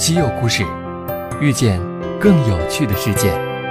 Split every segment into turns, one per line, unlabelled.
稀有故事，遇见更有趣的世界。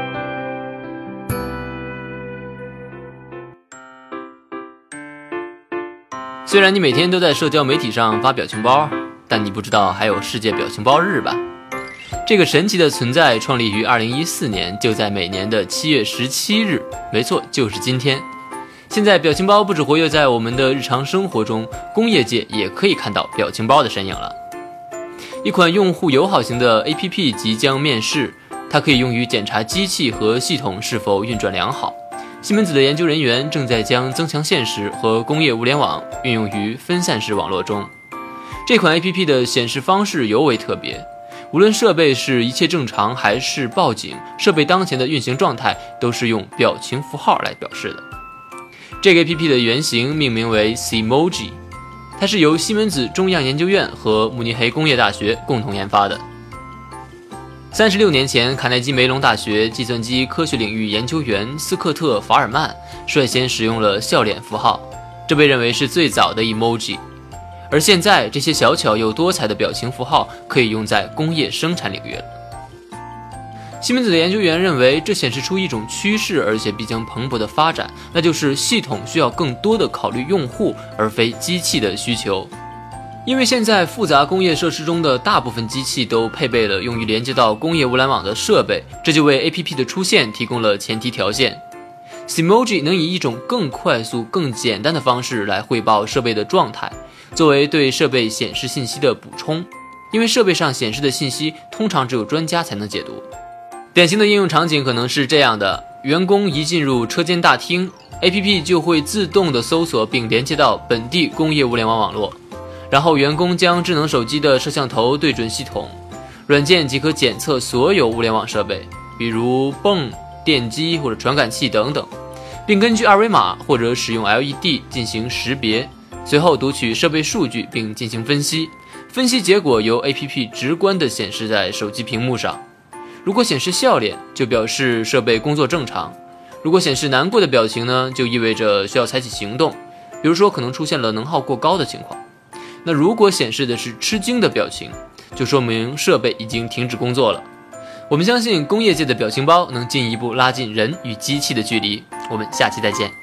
虽然你每天都在社交媒体上发表情包，但你不知道还有世界表情包日吧？这个神奇的存在创立于2014年，就在每年的7月17日，没错，就是今天。现在表情包不只活跃在我们的日常生活中，工业界也可以看到表情包的身影了。一款用户友好型的 APP 即将面世，它可以用于检查机器和系统是否运转良好。西门子的研究人员正在将增强现实和工业物联网运用于分散式网络中。这款 APP 的显示方式尤为特别，无论设备是一切正常还是报警，设备当前的运行状态都是用表情符号来表示的。这个 APP 的原型命名为 Cmoji， 它是由西门子中央研究院和慕尼黑工业大学共同研发的。36年前，卡耐基梅隆大学计算机科学领域研究员斯科特·法尔曼率先使用了笑脸符号，这被认为是最早的 emoji。而现在，这些小巧又多彩的表情符号可以用在工业生产领域了。西门子的研究员认为，这显示出一种趋势，而且必将蓬勃的发展，那就是系统需要更多的考虑用户，而非机器的需求。因为现在复杂工业设施中的大部分机器都配备了用于连接到工业物联网的设备，这就为 APP 的出现提供了前提条件。Cmoji 能以一种更快速、更简单的方式来汇报设备的状态，作为对设备显示信息的补充，因为设备上显示的信息通常只有专家才能解读。典型的应用场景可能是这样的：员工一进入车间大厅， APP 就会自动的搜索并连接到本地工业物联网网络，然后员工将智能手机的摄像头对准系统，软件即可检测所有物联网设备，比如泵、电机或者传感器等等，并根据二维码或者使用 LED 进行识别，随后读取设备数据并进行分析，分析结果由 APP 直观地显示在手机屏幕上。如果显示笑脸，就表示设备工作正常；如果显示难过的表情呢，就意味着需要采取行动，比如说可能出现了能耗过高的情况。那如果显示的是吃惊的表情，就说明设备已经停止工作了。我们相信工业界的表情包能进一步拉近人与机器的距离。我们下期再见。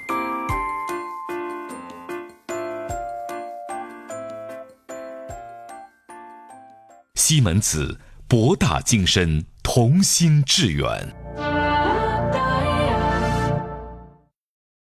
西门子，博大精深，同心致远。